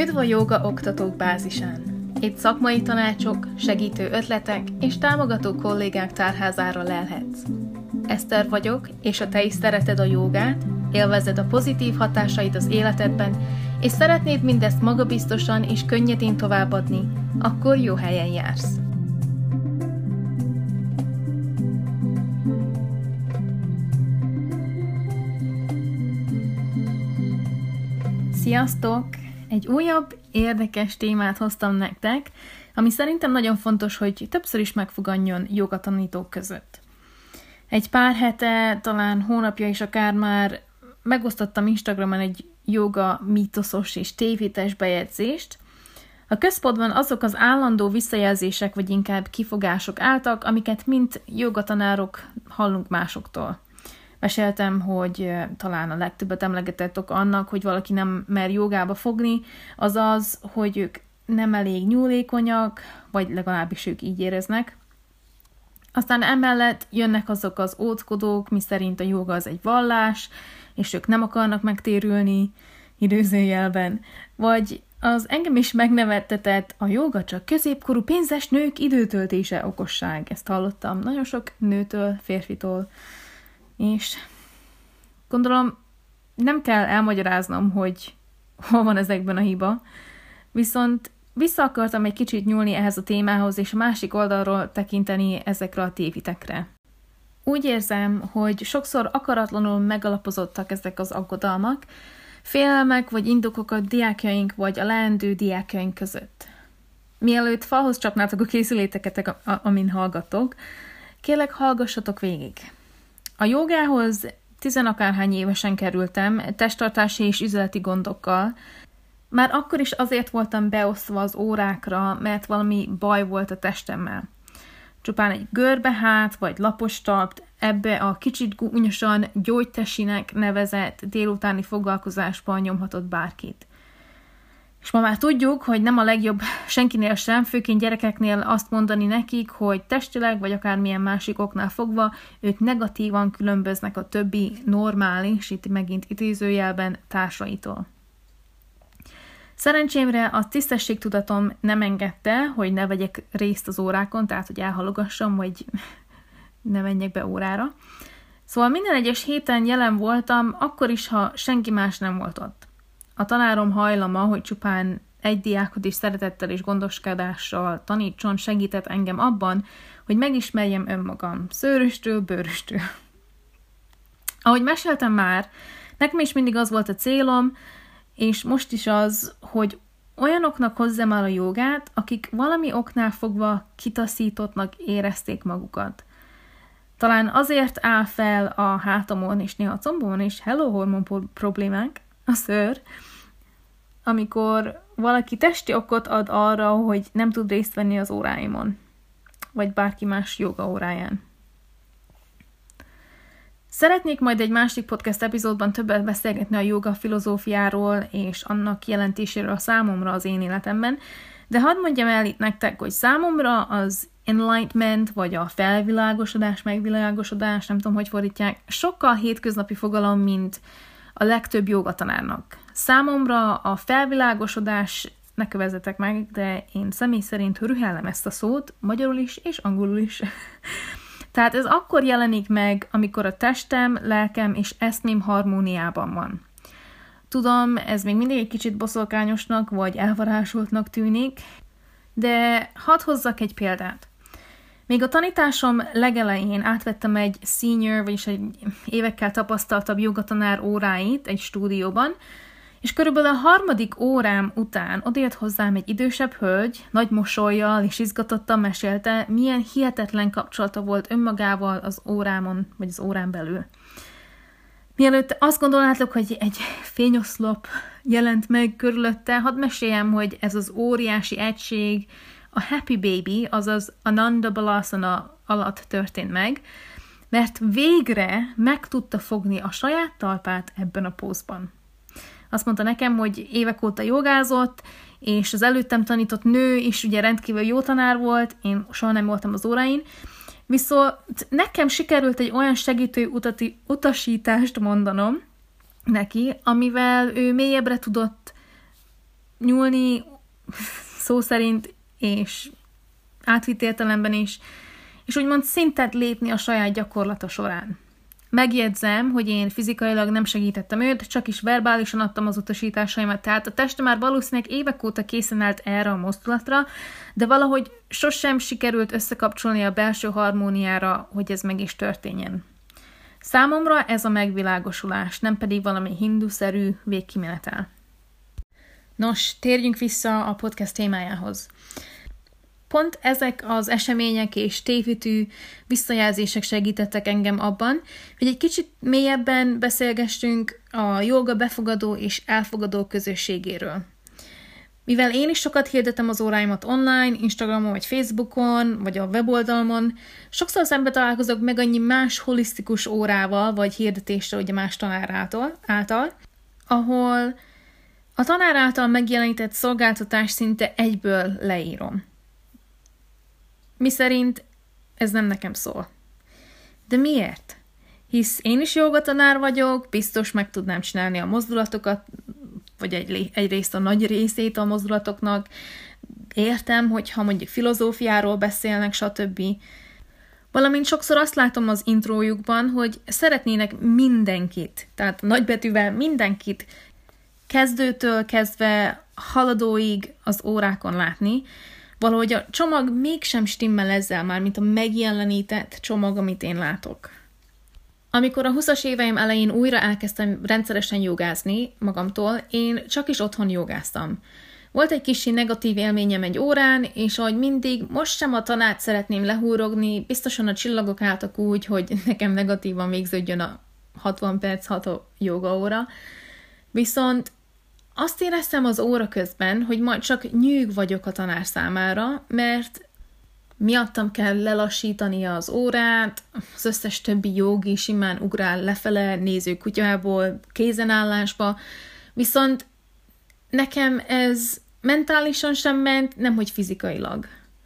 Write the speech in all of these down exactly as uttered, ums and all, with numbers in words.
Üdv a Jóga Oktatók bázisán! Itt szakmai tanácsok, segítő ötletek és támogató kollégák tárházára lelhetsz. Eszter vagyok, és ha te is szereted a jógát, élvezed a pozitív hatásait az életedben, és szeretnéd mindezt magabiztosan és könnyedén továbbadni, akkor jó helyen jársz. Sziasztok! Egy újabb, érdekes témát hoztam nektek, ami szerintem nagyon fontos, hogy többször is megfoganjon jogatanítók között. Egy pár hete, talán hónapja is akár már megosztottam Instagramon egy joga mítoszos és tévhites bejegyzést. A központban azok az állandó visszajelzések, vagy inkább kifogások álltak, amiket mint jogatanárok hallunk másoktól. Meséltem, hogy talán a legtöbbet emlegetett ok annak, hogy valaki nem mer jogába fogni, az az, hogy ők nem elég nyúlékonyak, vagy legalábbis ők így éreznek. Aztán emellett jönnek azok az óckodók, miszerint a jóga az egy vallás, és ők nem akarnak megtérülni, időzőjelben. Vagy az engem is megnevettetett, a jóga csak középkorú pénzes nők időtöltése okosság. Ezt hallottam nagyon sok nőtől, férfitól. És gondolom, nem kell elmagyaráznom, hogy hol van ezekben a hiba, viszont vissza akartam egy kicsit nyúlni ehhez a témához, és a másik oldalról tekinteni ezekre a tévitekre. Úgy érzem, hogy sokszor akaratlanul megalapozottak ezek az aggodalmak, félelmek vagy indokok a diákjaink vagy a leendő diákjaink között. Mielőtt falhoz csapnátok a készüléteket, amin hallgatok, kérlek, hallgassatok végig. A jogához tizenakárhány évesen kerültem, testtartási és üzleti gondokkal. Már akkor is azért voltam beosztva az órákra, mert valami baj volt a testemmel. Csupán egy görbehát vagy lapos talpt ebbe a kicsit gúnyosan gyógytesinek nevezett délutáni foglalkozásban nyomhatott bárkit. És ma már tudjuk, hogy nem a legjobb senkinél sem, főként gyerekeknél azt mondani nekik, hogy testileg vagy akármilyen másik oknál fogva ők negatívan különböznek a többi normális, itt megint idézőjelben, társaitól. Szerencsémre a tisztességtudatom nem engedte, hogy ne vegyek részt az órákon, tehát hogy elhalogassam, vagy ne menjek be órára. Szóval minden egyes héten jelen voltam, akkor is, ha senki más nem volt ott. A tanárom hajlama, hogy csupán egy diákot is szeretettel és gondoskodással tanítson, segített engem abban, hogy megismerjem önmagam, szőröstől, bőröstől. Ahogy meséltem már, nekem is mindig az volt a célom, és most is az, hogy olyanoknak hozzam el a jogát, akik valami oknál fogva kitaszítottnak érezték magukat. Talán azért áll fel a hátamon és néha a combomon is hello hormon problémák, a szőr, amikor valaki testi okot ad arra, hogy nem tud részt venni az óráimon, vagy bárki más joga óráján. Szeretnék majd egy másik podcast epizódban többet beszélgetni a joga filozófiáról és annak jelentéséről a számomra az én életemben, de hadd mondjam el itt nektek, hogy számomra az enlightenment, vagy a felvilágosodás, megvilágosodás, nem tudom, hogy fordítják, sokkal hétköznapi fogalom, mint a legtöbb jogatanárnak. Számomra a felvilágosodás, ne kövezzetek meg, de én személy szerint rühellem ezt a szót, magyarul is és angolul is. Tehát ez akkor jelenik meg, amikor a testem, lelkem és eszmém harmóniában van. Tudom, ez még mindig egy kicsit boszorkányosnak vagy elvarázsoltnak tűnik, de hadd hozzak egy példát. Még a tanításom legelején átvettem egy senior, vagyis egy évekkel tapasztaltabb jogatanár óráit egy stúdióban, és körülbelül a harmadik órám után odajött hozzám egy idősebb hölgy, nagy mosollyal és izgatottan mesélte, milyen hihetetlen kapcsolata volt önmagával az órámon, vagy az órán belül. Mielőtt azt gondolnátok, hogy egy fényoszlop jelent meg körülötte, hadd meséljem, hogy ez az óriási egység a Happy Baby, azaz Ananda Balasana alatt történt meg, mert végre meg tudta fogni a saját talpát ebben a pózban. Azt mondta nekem, hogy évek óta jogázott, és az előttem tanított nő is ugye rendkívül jó tanár volt, én soha nem voltam az óráin, viszont nekem sikerült egy olyan segítő utati, utasítást mondanom neki, amivel ő mélyebbre tudott nyúlni, szó szerint, és átvitt értelemben is, és úgymond szintet lépni a saját gyakorlata során. Megjegyzem, hogy én fizikailag nem segítettem őt, csak is verbálisan adtam az utasításaimat, tehát a teste már valószínűleg évek óta készen állt erre a mozdulatra, de valahogy sosem sikerült összekapcsolni a belső harmóniára, hogy ez meg is történjen. Számomra ez a megvilágosulás, nem pedig valami hinduszerű végkimenetel. Nos, térjünk vissza a podcast témájához. Pont ezek az események és tévhitű visszajelzések segítettek engem abban, hogy egy kicsit mélyebben beszélgessünk a jóga befogadó és elfogadó közösségéről. Mivel én is sokat hirdetem az óráimat online, Instagramon vagy Facebookon, vagy a weboldalon, sokszor szembe találkozok meg annyi más holisztikus órával, vagy hirdetéssel ugye más tanár által, által, ahol a tanár által megjelenített szolgáltatást szinte egyből leírom. Miszerint ez nem nekem szól. De miért? Hisz én is jogatanár vagyok, biztos meg tudnám csinálni a mozdulatokat, vagy egy, egyrészt a nagy részét a mozdulatoknak. Értem, hogyha mondjuk filozófiáról beszélnek, stb. Valamint sokszor azt látom az intrójukban, hogy szeretnének mindenkit, tehát nagybetűvel mindenkit, kezdőtől kezdve haladóig az órákon látni, valahogy a csomag mégsem stimmel ezzel már, mint a megjelenített csomag, amit én látok. Amikor a huszas éveim elején újra elkezdtem rendszeresen jogázni magamtól, én csak is otthon jogáztam. Volt egy kicsi negatív élményem egy órán, és ahogy mindig, most sem a tanárt szeretném lehúrogni, biztosan a csillagok álltak úgy, hogy nekem negatívan végződjön a hatvan perc hat joga óra. Viszont azt éreztem az óra közben, hogy majd csak nyűg vagyok a tanár számára, mert miattam kell lelassítania az órát, az összes többi jogi simán ugrál lefele, néző kutyából, kézenállásba, viszont nekem ez mentálisan sem ment, nemhogy fizikailag.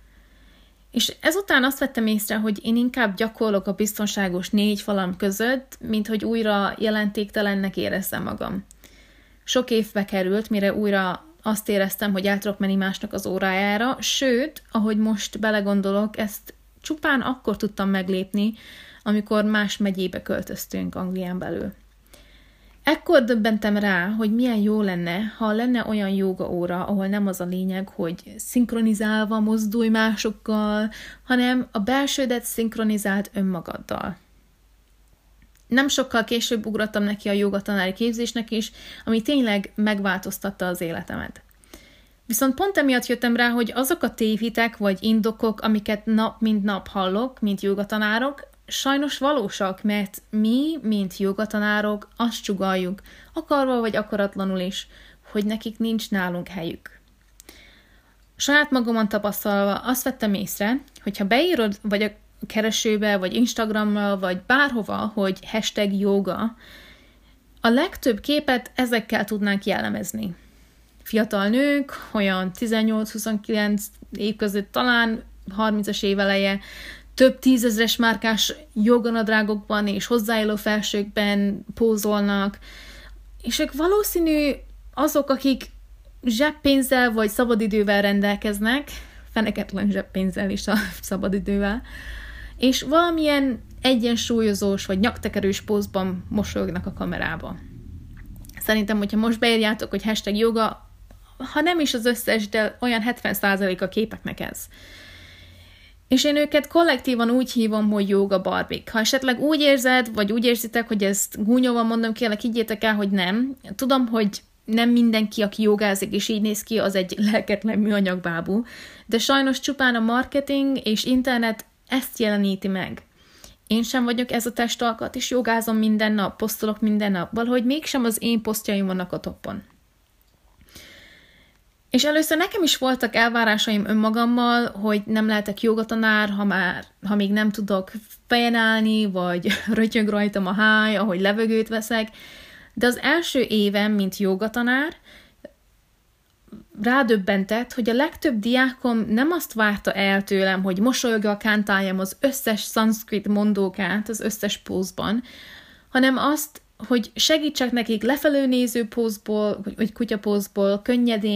És ezután azt vettem észre, hogy én inkább gyakorlok a biztonságos négy falam között, mint hogy újra jelentéktelennek érezzem magam. Sok évbe került, mire újra azt éreztem, hogy át tudok menni másnak az órájára, sőt, ahogy most belegondolok, ezt csupán akkor tudtam meglépni, amikor más megyébe költöztünk Anglián belül. Ekkor döbbentem rá, hogy milyen jó lenne, ha lenne olyan jóga óra, ahol nem az a lényeg, hogy szinkronizálva mozdulj másokkal, hanem a belsődet szinkronizált önmagaddal. Nem sokkal később ugrottam neki a jogatanári képzésnek is, ami tényleg megváltoztatta az életemet. Viszont pont emiatt jöttem rá, hogy azok a tévhitek vagy indokok, amiket nap mint nap hallok, mint jogatanárok, sajnos valósak, mert mi, mint jogatanárok, azt sugalljuk, akarva vagy akaratlanul is, hogy nekik nincs nálunk helyük. Saját magamon tapasztalva azt vettem észre, hogyha beírod vagy a keresőbe, vagy Instagramra, vagy bárhova, hogy hashtag yoga, a legtöbb képet ezekkel tudnánk jellemezni. Fiatal nők, olyan tizennyolc-huszonkilenc év között, talán harmincas év eleje, több tízezres márkás joganadrágokban és hozzáilló felsőkben pózolnak, és ők valószínű azok, akik zseppénzzel vagy szabadidővel rendelkeznek, feneketlen zseppénzzel és a szabadidővel, és valamilyen egyensúlyozós vagy nyaktekerős pózban mosolyognak a kamerába. Szerintem, hogyha most beírjátok, hogy hashtag yoga, ha nem is az összes, de olyan hetven százalék a képeknek ez. És én őket kollektívan úgy hívom, hogy yoga barbik. Ha esetleg úgy érzed, vagy úgy érzitek, hogy ezt gúnyolva mondom, kérlek, higgyétek el, hogy nem. Tudom, hogy nem mindenki, aki jogázik és így néz ki, az egy lelketlen műanyagbábú, de sajnos csupán a marketing és internet ezt jeleníti meg. Én sem vagyok ez a testalkat, és jogázom minden nap, posztolok minden nap, valahogy mégsem az én posztjaim vannak a toppon. És először nekem is voltak elvárásaim önmagammal, hogy nem lehetek jogatanár, ha, már, ha még nem tudok fejen állni, vagy rötyög rajtam a háj, ahogy levegőt veszek, de az első évem, mint jogatanár, rádöbbentett, hogy a legtöbb diákom nem azt várta el tőlem, hogy mosolyogva kántáljam az összes szanszkrit mondókát az összes pózban, hanem azt, hogy segítsek nekik lefelől néző pózból, vagy kutyapózból könnyedén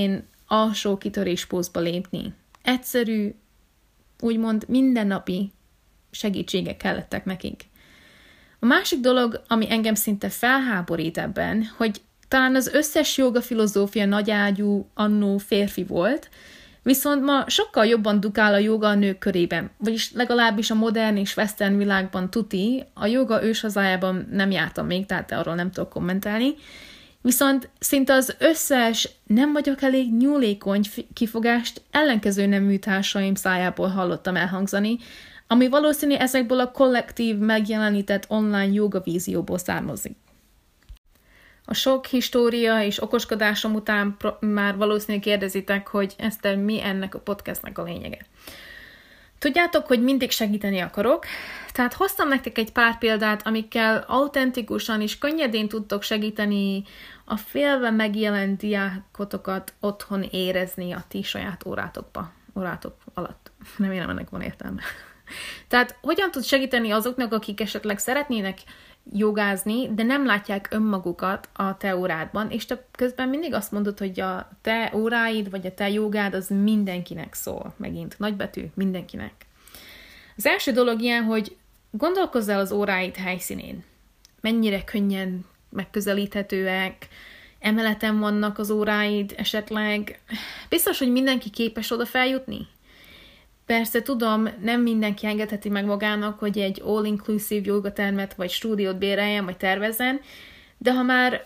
alsó kitöréspózba lépni. Egyszerű, úgymond mindennapi segítségek kellettek nekik. A másik dolog, ami engem szinte felháborít ebben, hogy talán az összes jóga filozófia nagyágyú annó férfi volt, viszont ma sokkal jobban dukál a jóga a nők körében, vagyis legalábbis a modern és western világban tuti, a jóga őshazájában nem jártam még, tehát arról nem tudok kommentálni, viszont szinte az összes nem vagyok elég nyúlékony kifogást ellenkező nemű társaim szájából hallottam elhangzani, ami valószínű ezekből a kollektív megjelenített online jóga vízióból származik. A sok história és okoskodásom után pro- már valószínűleg kérdezitek, hogy Eszter, mi ennek a podcastnak a lényege. Tudjátok, hogy mindig segíteni akarok, tehát hoztam nektek egy pár példát, amikkel autentikusan és könnyedén tudtok segíteni a félve megjelent diákotokat otthon érezni a ti saját órátokba, órátok alatt. Nem érem, ennek van értelme. Tehát hogyan tud segíteni azoknak, akik esetleg szeretnének jogázni, de nem látják önmagukat a te órádban, és te közben mindig azt mondod, hogy a te óráid, vagy a te jogád az mindenkinek szól, megint nagybetű, mindenkinek. Az első dolog ilyen, hogy gondolkozz el az óráid helyszínén. Mennyire könnyen megközelíthetőek, emeleten vannak az óráid esetleg. Biztos, hogy mindenki képes oda feljutni? Persze tudom, nem mindenki engedheti meg magának, hogy egy all-inclusive jogatermet vagy stúdiót béreljen, vagy tervezzen, de ha már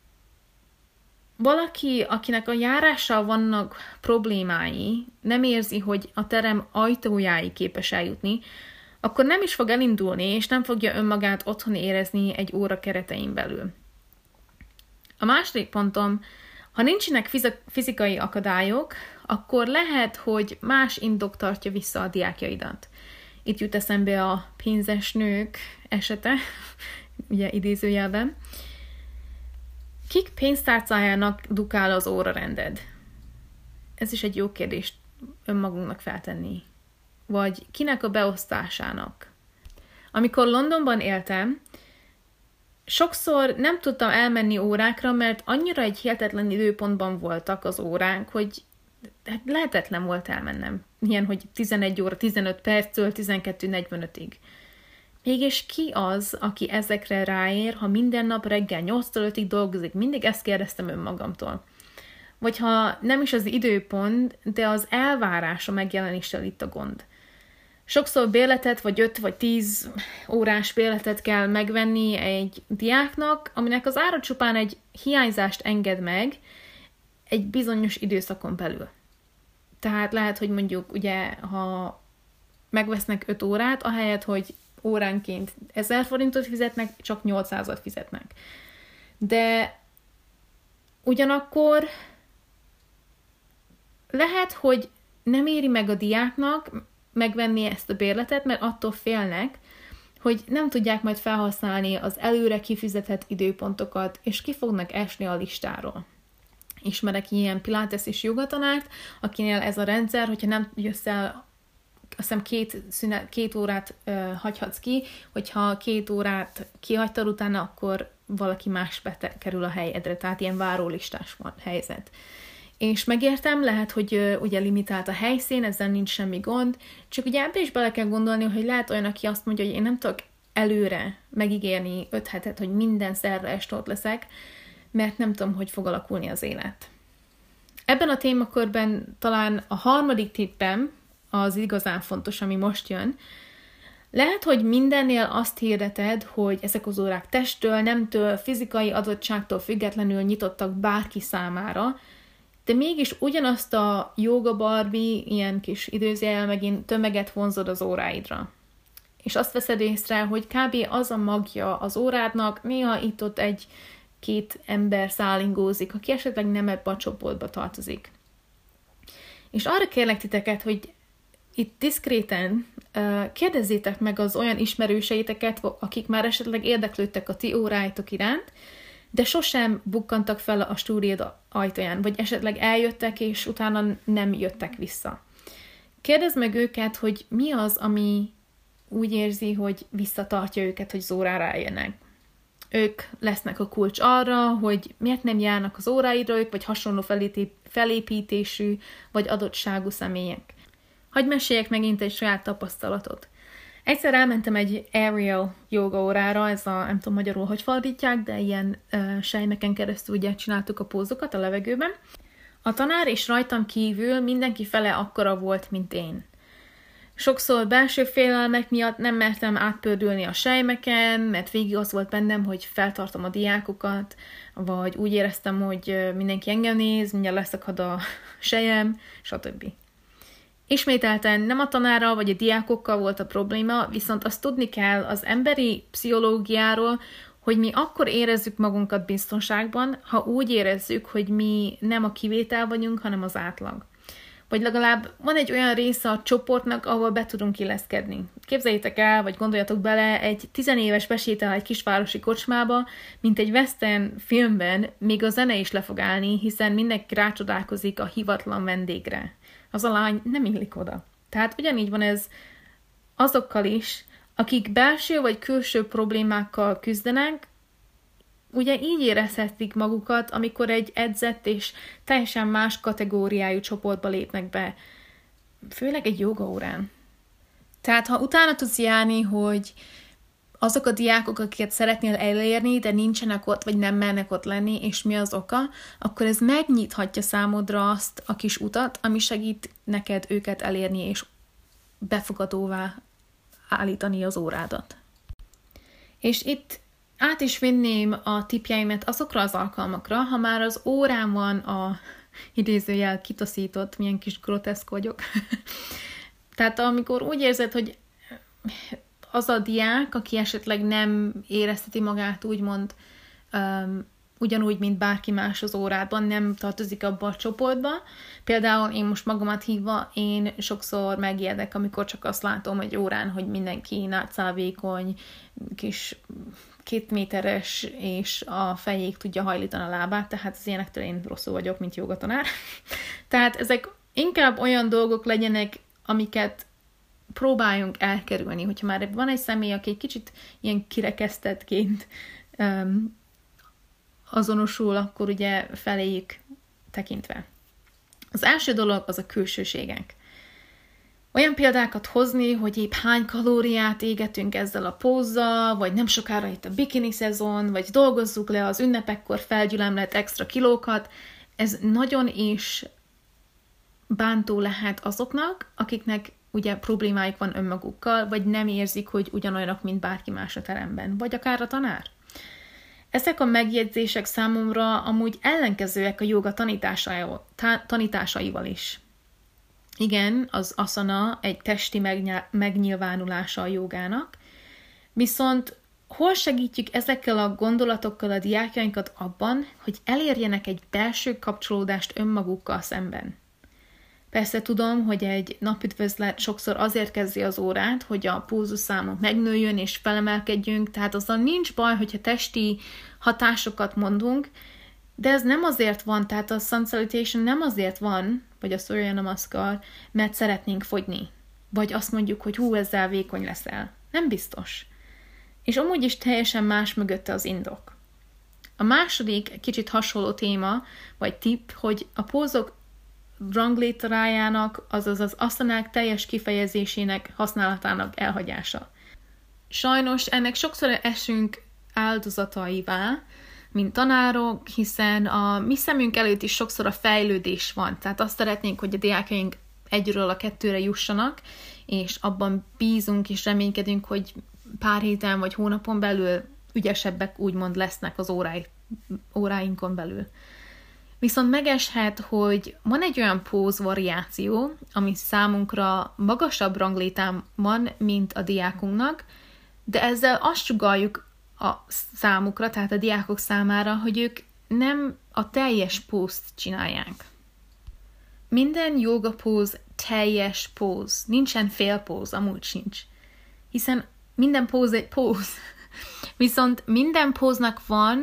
valaki, akinek a járással vannak problémái, nem érzi, hogy a terem ajtójáig képes eljutni, akkor nem is fog elindulni, és nem fogja önmagát otthon érezni egy óra keretein belül. A második pontom, ha nincsenek fizikai akadályok, akkor lehet, hogy más indok tartja vissza a diákjaidat. Itt jut eszembe a pénzes nők esete, ugye idézőjelben. Kik pénztárcájának dukál az órarended? Ez is egy jó kérdést önmagunknak feltenni. Vagy kinek a beosztásának? Amikor Londonban éltem, sokszor nem tudtam elmenni órákra, mert annyira egy hihetetlen időpontban voltak az óránk, hogy hát lehetetlen volt elmennem. Ilyen, hogy tizenegy óra, tizenöt perctől tizenkettő negyvenötig. Mégis ki az, aki ezekre ráér, ha minden nap reggel nyolctól ötig dolgozik? Mindig ezt kérdeztem önmagamtól. Vagy ha nem is az időpont, de az elvárás a megjelenéssel itt a gond. Sokszor bérletet, vagy öt vagy tíz órás bérletet kell megvenni egy diáknak, aminek az ára csupán egy hiányzást enged meg egy bizonyos időszakon belül. Tehát lehet, hogy mondjuk, ugye, ha megvesznek öt órát, ahelyett, hogy óránként ezer forintot fizetnek, csak nyolcszázat fizetnek. De ugyanakkor lehet, hogy nem éri meg a diáknak megvenni ezt a bérletet, mert attól félnek, hogy nem tudják majd felhasználni az előre kifizetett időpontokat, és ki fognak esni a listáról. Ismerek ilyen pilates és jogatanárt, akinél ez a rendszer, hogyha nem jössz el, azt hiszem két, szünet, két órát uh, hagyhatsz ki, hogyha két órát kihagytad utána, akkor valaki más bekerül a helyedre, tehát ilyen várólistás van helyzet. És megértem, lehet, hogy uh, ugye limitált a helyszín, ezzel nincs semmi gond, csak ugye ebbe is bele kell gondolni, hogy lehet olyan, aki azt mondja, hogy én nem tudok előre megígérni öt hetet, hogy minden szerda este ott leszek, mert nem tudom, hogy fog alakulni az élet. Ebben a témakörben talán a harmadik tippem az igazán fontos, ami most jön. Lehet, hogy mindennél azt hirdeted, hogy ezek az órák testtől, nemtől, fizikai adottságtól függetlenül nyitottak bárki számára, de mégis ugyanazt a jóga Barbie, ilyen kis időzéjel megint tömeget vonzod az óráidra. És azt veszed észre, hogy kb. Az a magja az órádnak, néha itt-ott egy két ember szállingózik, aki esetleg nem ebbe a csoportba tartozik. És arra kérlek titeket, hogy itt diszkréten uh, kérdezzétek meg az olyan ismerőseiteket, akik már esetleg érdeklődtek a ti óráitok iránt, de sosem bukkantak fel a stúdiód ajtaján, vagy esetleg eljöttek, és utána nem jöttek vissza. Kérdezd meg őket, hogy mi az, ami úgy érzi, hogy visszatartja őket, hogy az órára eljönnek. ők lesznek a kulcs arra, hogy miért nem járnak az óráidra ők, vagy hasonló felépítésű, vagy adottságú személyek. Hadd meséljek megint egy saját tapasztalatot. Egyszer elmentem egy aerial yoga órára, ez a, nem tudom magyarul, hogy fordítják, de ilyen uh, sejmeken keresztül ugye csináltuk a pózokat a levegőben. A tanár és rajtam kívül mindenki fele akkora volt, mint én. Sokszor belső félelmek miatt nem mertem átpördülni a sejmeken, mert végig az volt bennem, hogy feltartom a diákokat, vagy úgy éreztem, hogy mindenki engem néz, mindjárt leszakad a sejem, stb. Ismételten nem a tanárral vagy a diákokkal volt a probléma, viszont azt tudni kell az emberi pszichológiáról, hogy mi akkor érezzük magunkat biztonságban, ha úgy érezzük, hogy mi nem a kivétel vagyunk, hanem az átlag. Vagy legalább van egy olyan része a csoportnak, ahol be tudunk illeszkedni. Képzeljétek el, vagy gondoljatok bele, egy tizenéves besétál egy kisvárosi kocsmába, mint egy western filmben, még a zene is le fog állni, hiszen mindenki rácsodálkozik a hivatlan vendégre. Az a lány nem illik oda. Tehát ugyanígy van ez azokkal is, akik belső vagy külső problémákkal küzdenek, ugye így érezhetik magukat, amikor egy edzett és teljesen más kategóriájú csoportba lépnek be. Főleg egy jogaórán. Tehát ha utána tudsz járni, hogy azok a diákok, akiket szeretnél elérni, de nincsenek ott, vagy nem mernek ott lenni, és mi az oka, akkor ez megnyithatja számodra azt a kis utat, ami segít neked őket elérni, és befogadóvá állítani az órádat. És itt át is vinném a tippjeimet azokra az alkalmakra, ha már az órán van a idézőjel kitaszított, milyen kis groteszk vagyok. Tehát amikor úgy érzed, hogy az a diák, aki esetleg nem érezteti magát úgymond um, ugyanúgy, mint bárki más az órádban, nem tartozik abba a csoportba. Például én most magamat hívva, én sokszor megijedek, amikor csak azt látom egy órán, hogy mindenki nátszálvékony, kis két méteres, és a fejéig tudja hajlítani a lábát, tehát az ilyenektől én rosszul vagyok, mint jogatanár. Tehát ezek inkább olyan dolgok legyenek, amiket próbáljunk elkerülni, hogyha már van egy személy, aki egy kicsit ilyen kirekesztettként um, azonosul, akkor ugye feléjük tekintve. Az első dolog az a külsőségek. Olyan példákat hozni, hogy épp hány kalóriát égetünk ezzel a pózzal, vagy nem sokára itt a bikini szezon, vagy dolgozzuk le az ünnepekkor felgyülemlett extra kilókat, ez nagyon is bántó lehet azoknak, akiknek ugye problémáik van önmagukkal, vagy nem érzik, hogy ugyanolyanok, mint bárki más a teremben, vagy akár a tanár. Ezek a megjegyzések számomra amúgy ellenkezőek a jóga tanításaival, tanításaival is. Igen, az asana egy testi megnyilvánulása a jogának, viszont hol segítjük ezekkel a gondolatokkal a diákjainkat abban, hogy elérjenek egy belső kapcsolódást önmagukkal szemben? Persze tudom, hogy egy napüdvözlet sokszor azért kezdi az órát, hogy a pulzusszámunk megnőjön és felemelkedjünk, tehát azzal nincs baj, hogyha testi hatásokat mondunk, de ez nem azért van, tehát a Sun Salutation nem azért van, vagy a Surya Namaskar, mert szeretnénk fogyni. Vagy azt mondjuk, hogy hú, ezzel vékony leszel. Nem biztos. És amúgy is teljesen más mögötte az indok. A második kicsit hasonló téma, vagy tipp, hogy a pózok ranglétrájának, azaz az asszanák teljes kifejezésének használatának elhagyása. Sajnos ennek sokszor esünk áldozataivá, mint tanárok, hiszen a mi szemünk előtt is sokszor a fejlődés van. Tehát azt szeretnénk, hogy a diákjaink egyről a kettőre jussanak, és abban bízunk és reménykedünk, hogy pár héten vagy hónapon belül ügyesebbek úgymond lesznek az órái, óráinkon belül. Viszont megeshet, hogy van egy olyan póz variáció, ami számunkra magasabb ranglétán van, mint a diákunknak, de ezzel azt sugalljuk a számukra, tehát a diákok számára, hogy ők nem a teljes pózt csinálják. Minden jóga póz teljes póz. Nincsen fél póz, amúgy sincs. Hiszen minden póz egy póz. Viszont minden póznak van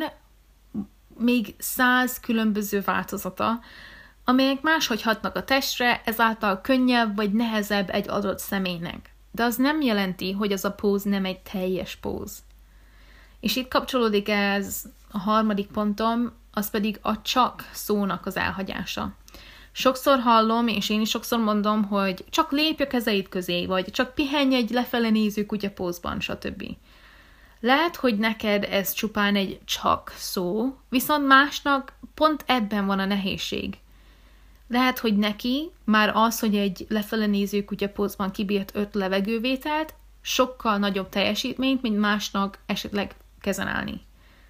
még száz különböző változata, amelyek máshogy hatnak a testre, ezáltal könnyebb vagy nehezebb egy adott személynek. De az nem jelenti, hogy az a póz nem egy teljes póz. És itt kapcsolódik ez a harmadik pontom, az pedig a csak szónak az elhagyása. Sokszor hallom, és én is sokszor mondom, hogy csak lépj a kezeid közé, vagy csak pihenj egy lefele néző kutyapózban, stb. Lehet, hogy neked ez csupán egy csak szó, viszont másnak pont ebben van a nehézség. Lehet, hogy neki már az, hogy egy lefele néző kutyapózban kibírt öt levegővételt, sokkal nagyobb teljesítményt, mint másnak esetleg kezen állni.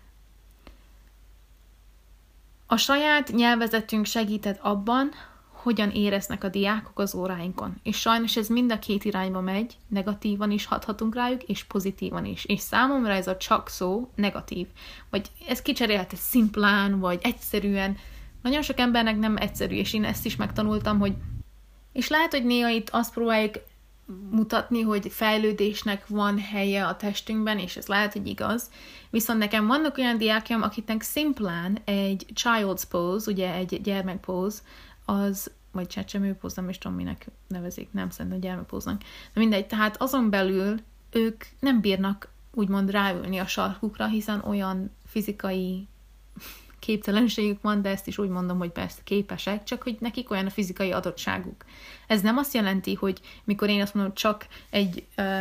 A saját nyelvezetünk segített abban, hogyan éreznek a diákok az óráinkon. És sajnos ez mind a két irányba megy, negatívan is hathatunk rájuk, és pozitívan is. És számomra ez a csak szó negatív. Vagy ez kicserélhet szimplán, vagy egyszerűen. Nagyon sok embernek nem egyszerű, és én ezt is megtanultam, hogy és lehet, hogy néha itt azt próbáljuk mutatni, hogy fejlődésnek van helye a testünkben, és ez lehet, hogy igaz. Viszont nekem vannak olyan diákjaim, akiknek szimplán egy child's pose, ugye egy gyermekpóz, az, vagy csecsemőpóz, nem is tudom, minek nevezik, nem szerintem gyermekpóznak. De mindegy, tehát azon belül ők nem bírnak úgymond ráülni a sarkukra, hiszen olyan fizikai képtelenségük van, de ezt is úgy mondom, hogy persze képesek, csak hogy nekik olyan a fizikai adottságuk. Ez nem azt jelenti, hogy mikor én azt mondom, csak egy uh,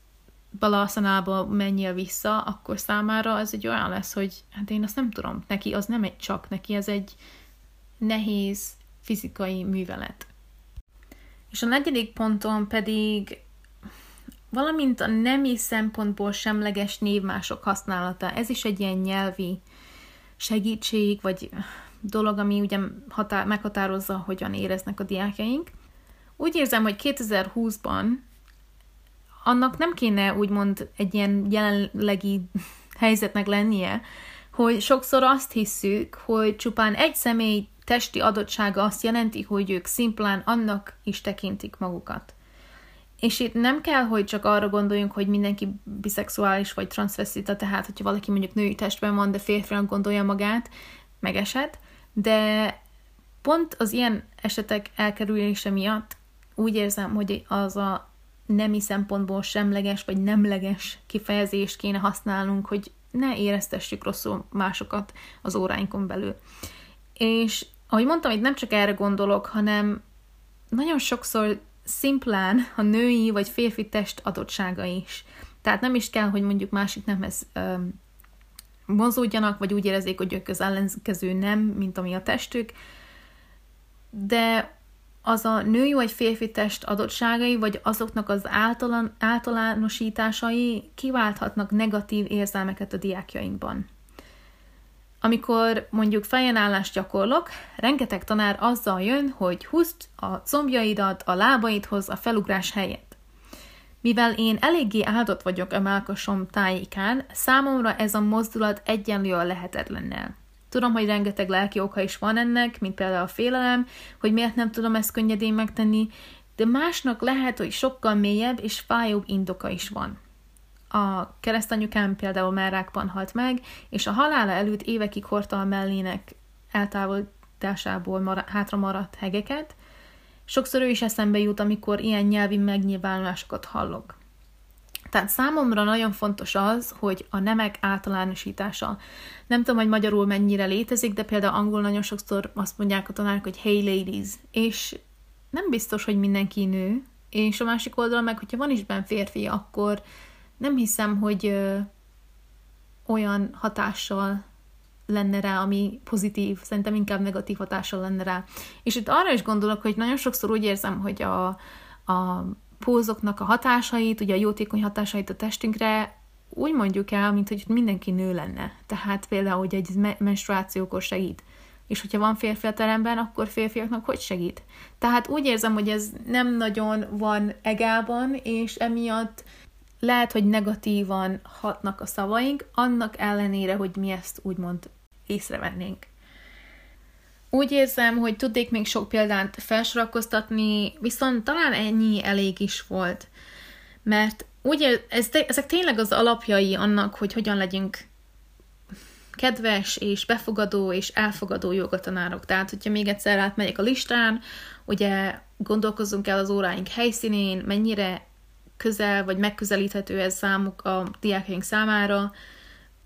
balaszanába menjél vissza, akkor számára ez egy olyan lesz, hogy hát én azt nem tudom, neki az nem egy csak, neki ez egy nehéz fizikai művelet. És a negyedik ponton pedig valamint a nemi szempontból semleges névmások használata. Ez is egy ilyen nyelvi segítség, vagy dolog, ami ugye határ, meghatározza, hogyan éreznek a diákjaink. Úgy érzem, hogy kétezer-húszban annak nem kéne úgymond egy ilyen jelenlegi helyzetnek lennie, hogy sokszor azt hisszük, hogy csupán egy személy testi adottsága azt jelenti, hogy ők szimplán annak is tekintik magukat. És itt nem kell, hogy csak arra gondoljunk, hogy mindenki biszexuális vagy transzveszita, tehát hogyha valaki mondjuk női testben van, de férfinak gondolja magát, megesett, de pont az ilyen esetek elkerülése miatt úgy érzem, hogy az a nemi szempontból semleges vagy nemleges kifejezést kéne használnunk, hogy ne éreztessük rosszul másokat az óráinkon belül. És ahogy mondtam, itt nem csak erre gondolok, hanem nagyon sokszor szimplán a női vagy férfi test adottsága is. Tehát nem is kell, hogy mondjuk másik nemhez öm, vonzódjanak, vagy úgy érezzék, hogy ők az ellenkező nem, mint ami a testük, de az a női vagy férfi test adottságai, vagy azoknak az általán, általánosításai kiválthatnak negatív érzelmeket a diákjainkban. Amikor mondjuk fejenállást gyakorlok, rengeteg tanár azzal jön, hogy húzd a combjaidat a lábaidhoz a felugrás helyett. Mivel én eléggé áldott vagyok a mellkasom tájékán, számomra ez a mozdulat egyenlő a lehetetlennel. Tudom, hogy rengeteg lelki oka is van ennek, mint például a félelem, hogy miért nem tudom ezt könnyedén megtenni, de másnak lehet, hogy sokkal mélyebb és fájóbb indoka is van. A keresztanyukám például mellrákban halt meg, és a halála előtt évekig hordta a mellének eltávolításából mara- hátra maradt hegeket. Sokszor ő is eszembe jut, amikor ilyen nyelvi megnyilvánulásokat hallok. Tehát számomra nagyon fontos az, hogy a nemek általánosítása. Nem tudom, hogy magyarul mennyire létezik, de például angol nagyon sokszor azt mondják a tanárok, hogy hey ladies, és nem biztos, hogy mindenki nő, és a másik oldalon meg, hogyha van is benn férfi, akkor nem hiszem, hogy ö, olyan hatással lenne rá, ami pozitív, szerintem inkább negatív hatással lenne rá. És itt arra is gondolok, hogy nagyon sokszor úgy érzem, hogy a, a pózoknak a hatásait, ugye a jótékony hatásait a testünkre úgy mondjuk el, mint hogy mindenki nő lenne. Tehát például, hogy egy menstruációkor segít. És hogyha van férfi a teremben, akkor férfiaknak hogy segít? Tehát úgy érzem, hogy ez nem nagyon van egában, és emiatt lehet, hogy negatívan hatnak a szavaink, annak ellenére, hogy mi ezt úgymond észrevennénk. Úgy érzem, hogy tudnék még sok példát felsorakoztatni, viszont talán ennyi elég is volt. Mert úgy, ez, ezek tényleg az alapjai annak, hogy hogyan legyünk kedves és befogadó és elfogadó jogatanárok. Tehát, hogyha még egyszer átmegyek a listán, ugye gondolkozzunk el az óráink helyszínén, mennyire közel vagy megközelíthető ez számuk a diákjaink számára,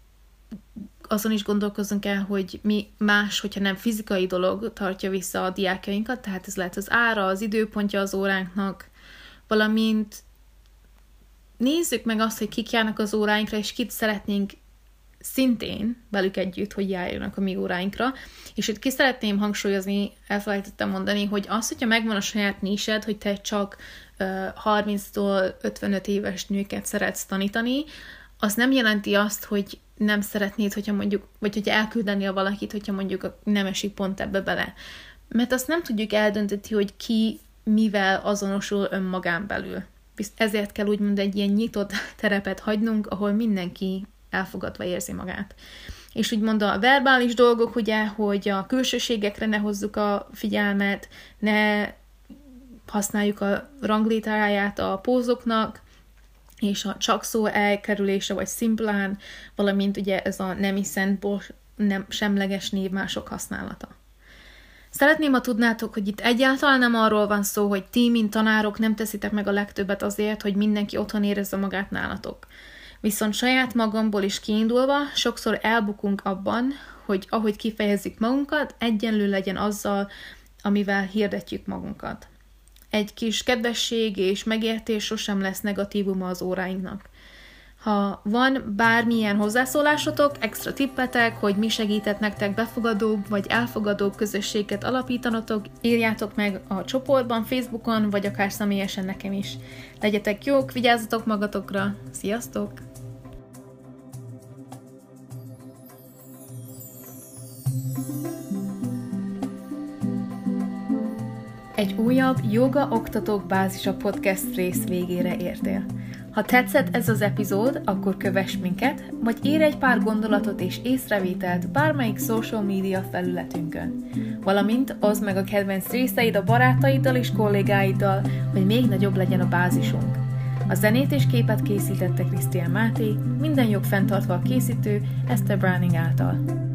azon is gondolkozzunk el, hogy mi más, hogyha nem fizikai dolog tartja vissza a diákjainkat, tehát ez lehet az ára, az időpontja az óránknak, valamint nézzük meg azt, hogy kik járnak az óráinkra, és kit szeretnénk szintén velük együtt, hogy járjanak a mi óráinkra. És itt ki szeretném hangsúlyozni, elfelejtettem mondani, hogy az, hogyha megvan a saját nised, hogy te csak uh, harminctól ötvenöt éves nőket szeretsz tanítani, az nem jelenti azt, hogy nem szeretnéd, hogyha mondjuk, vagy hogyha elküldenél valakit, hogyha mondjuk nem esik pont ebbe bele. Mert azt nem tudjuk eldönteni, hogy ki mivel azonosul önmagán belül. Ezért kell úgymond egy ilyen nyitott terepet hagynunk, ahol mindenki elfogadva érzi magát. És úgymond a verbális dolgok, ugye, hogy a külsőségekre ne hozzuk a figyelmet, ne használjuk a ranglétráját a pózoknak, és a csak szó elkerülése, vagy szimplán, valamint ugye ez a nemi szentból nem semleges névmások használata. Szeretném, ha tudnátok, hogy itt egyáltalán nem arról van szó, hogy ti, mint tanárok nem teszitek meg a legtöbbet azért, hogy mindenki otthon érezze magát nálatok. Viszont saját magamból is kiindulva sokszor elbukunk abban, hogy ahogy kifejezzük magunkat, egyenlő legyen azzal, amivel hirdetjük magunkat. Egy kis kedvesség és megértés sosem lesz negatívuma az óráinknak. Ha van bármilyen hozzászólásotok, extra tippetek, hogy mi segített nektek befogadóbb vagy elfogadóbb közösséget alapítanatok, írjátok meg a csoportban, Facebookon, vagy akár személyesen nekem is. Legyetek jók, vigyázzatok magatokra, sziasztok! Egy újabb Joga Oktatók Bázisa podcast rész végére értél. Ha tetszett ez az epizód, akkor kövess minket, vagy írj egy pár gondolatot és észrevételt bármelyik social media felületünkön. Valamint oszd meg a kedvenc részeid a barátaiddal és kollégáiddal, hogy még nagyobb legyen a bázisunk. A zenét és képet készítette Krisztián Máté, minden jog fenntartva a készítő Eszter Browning által.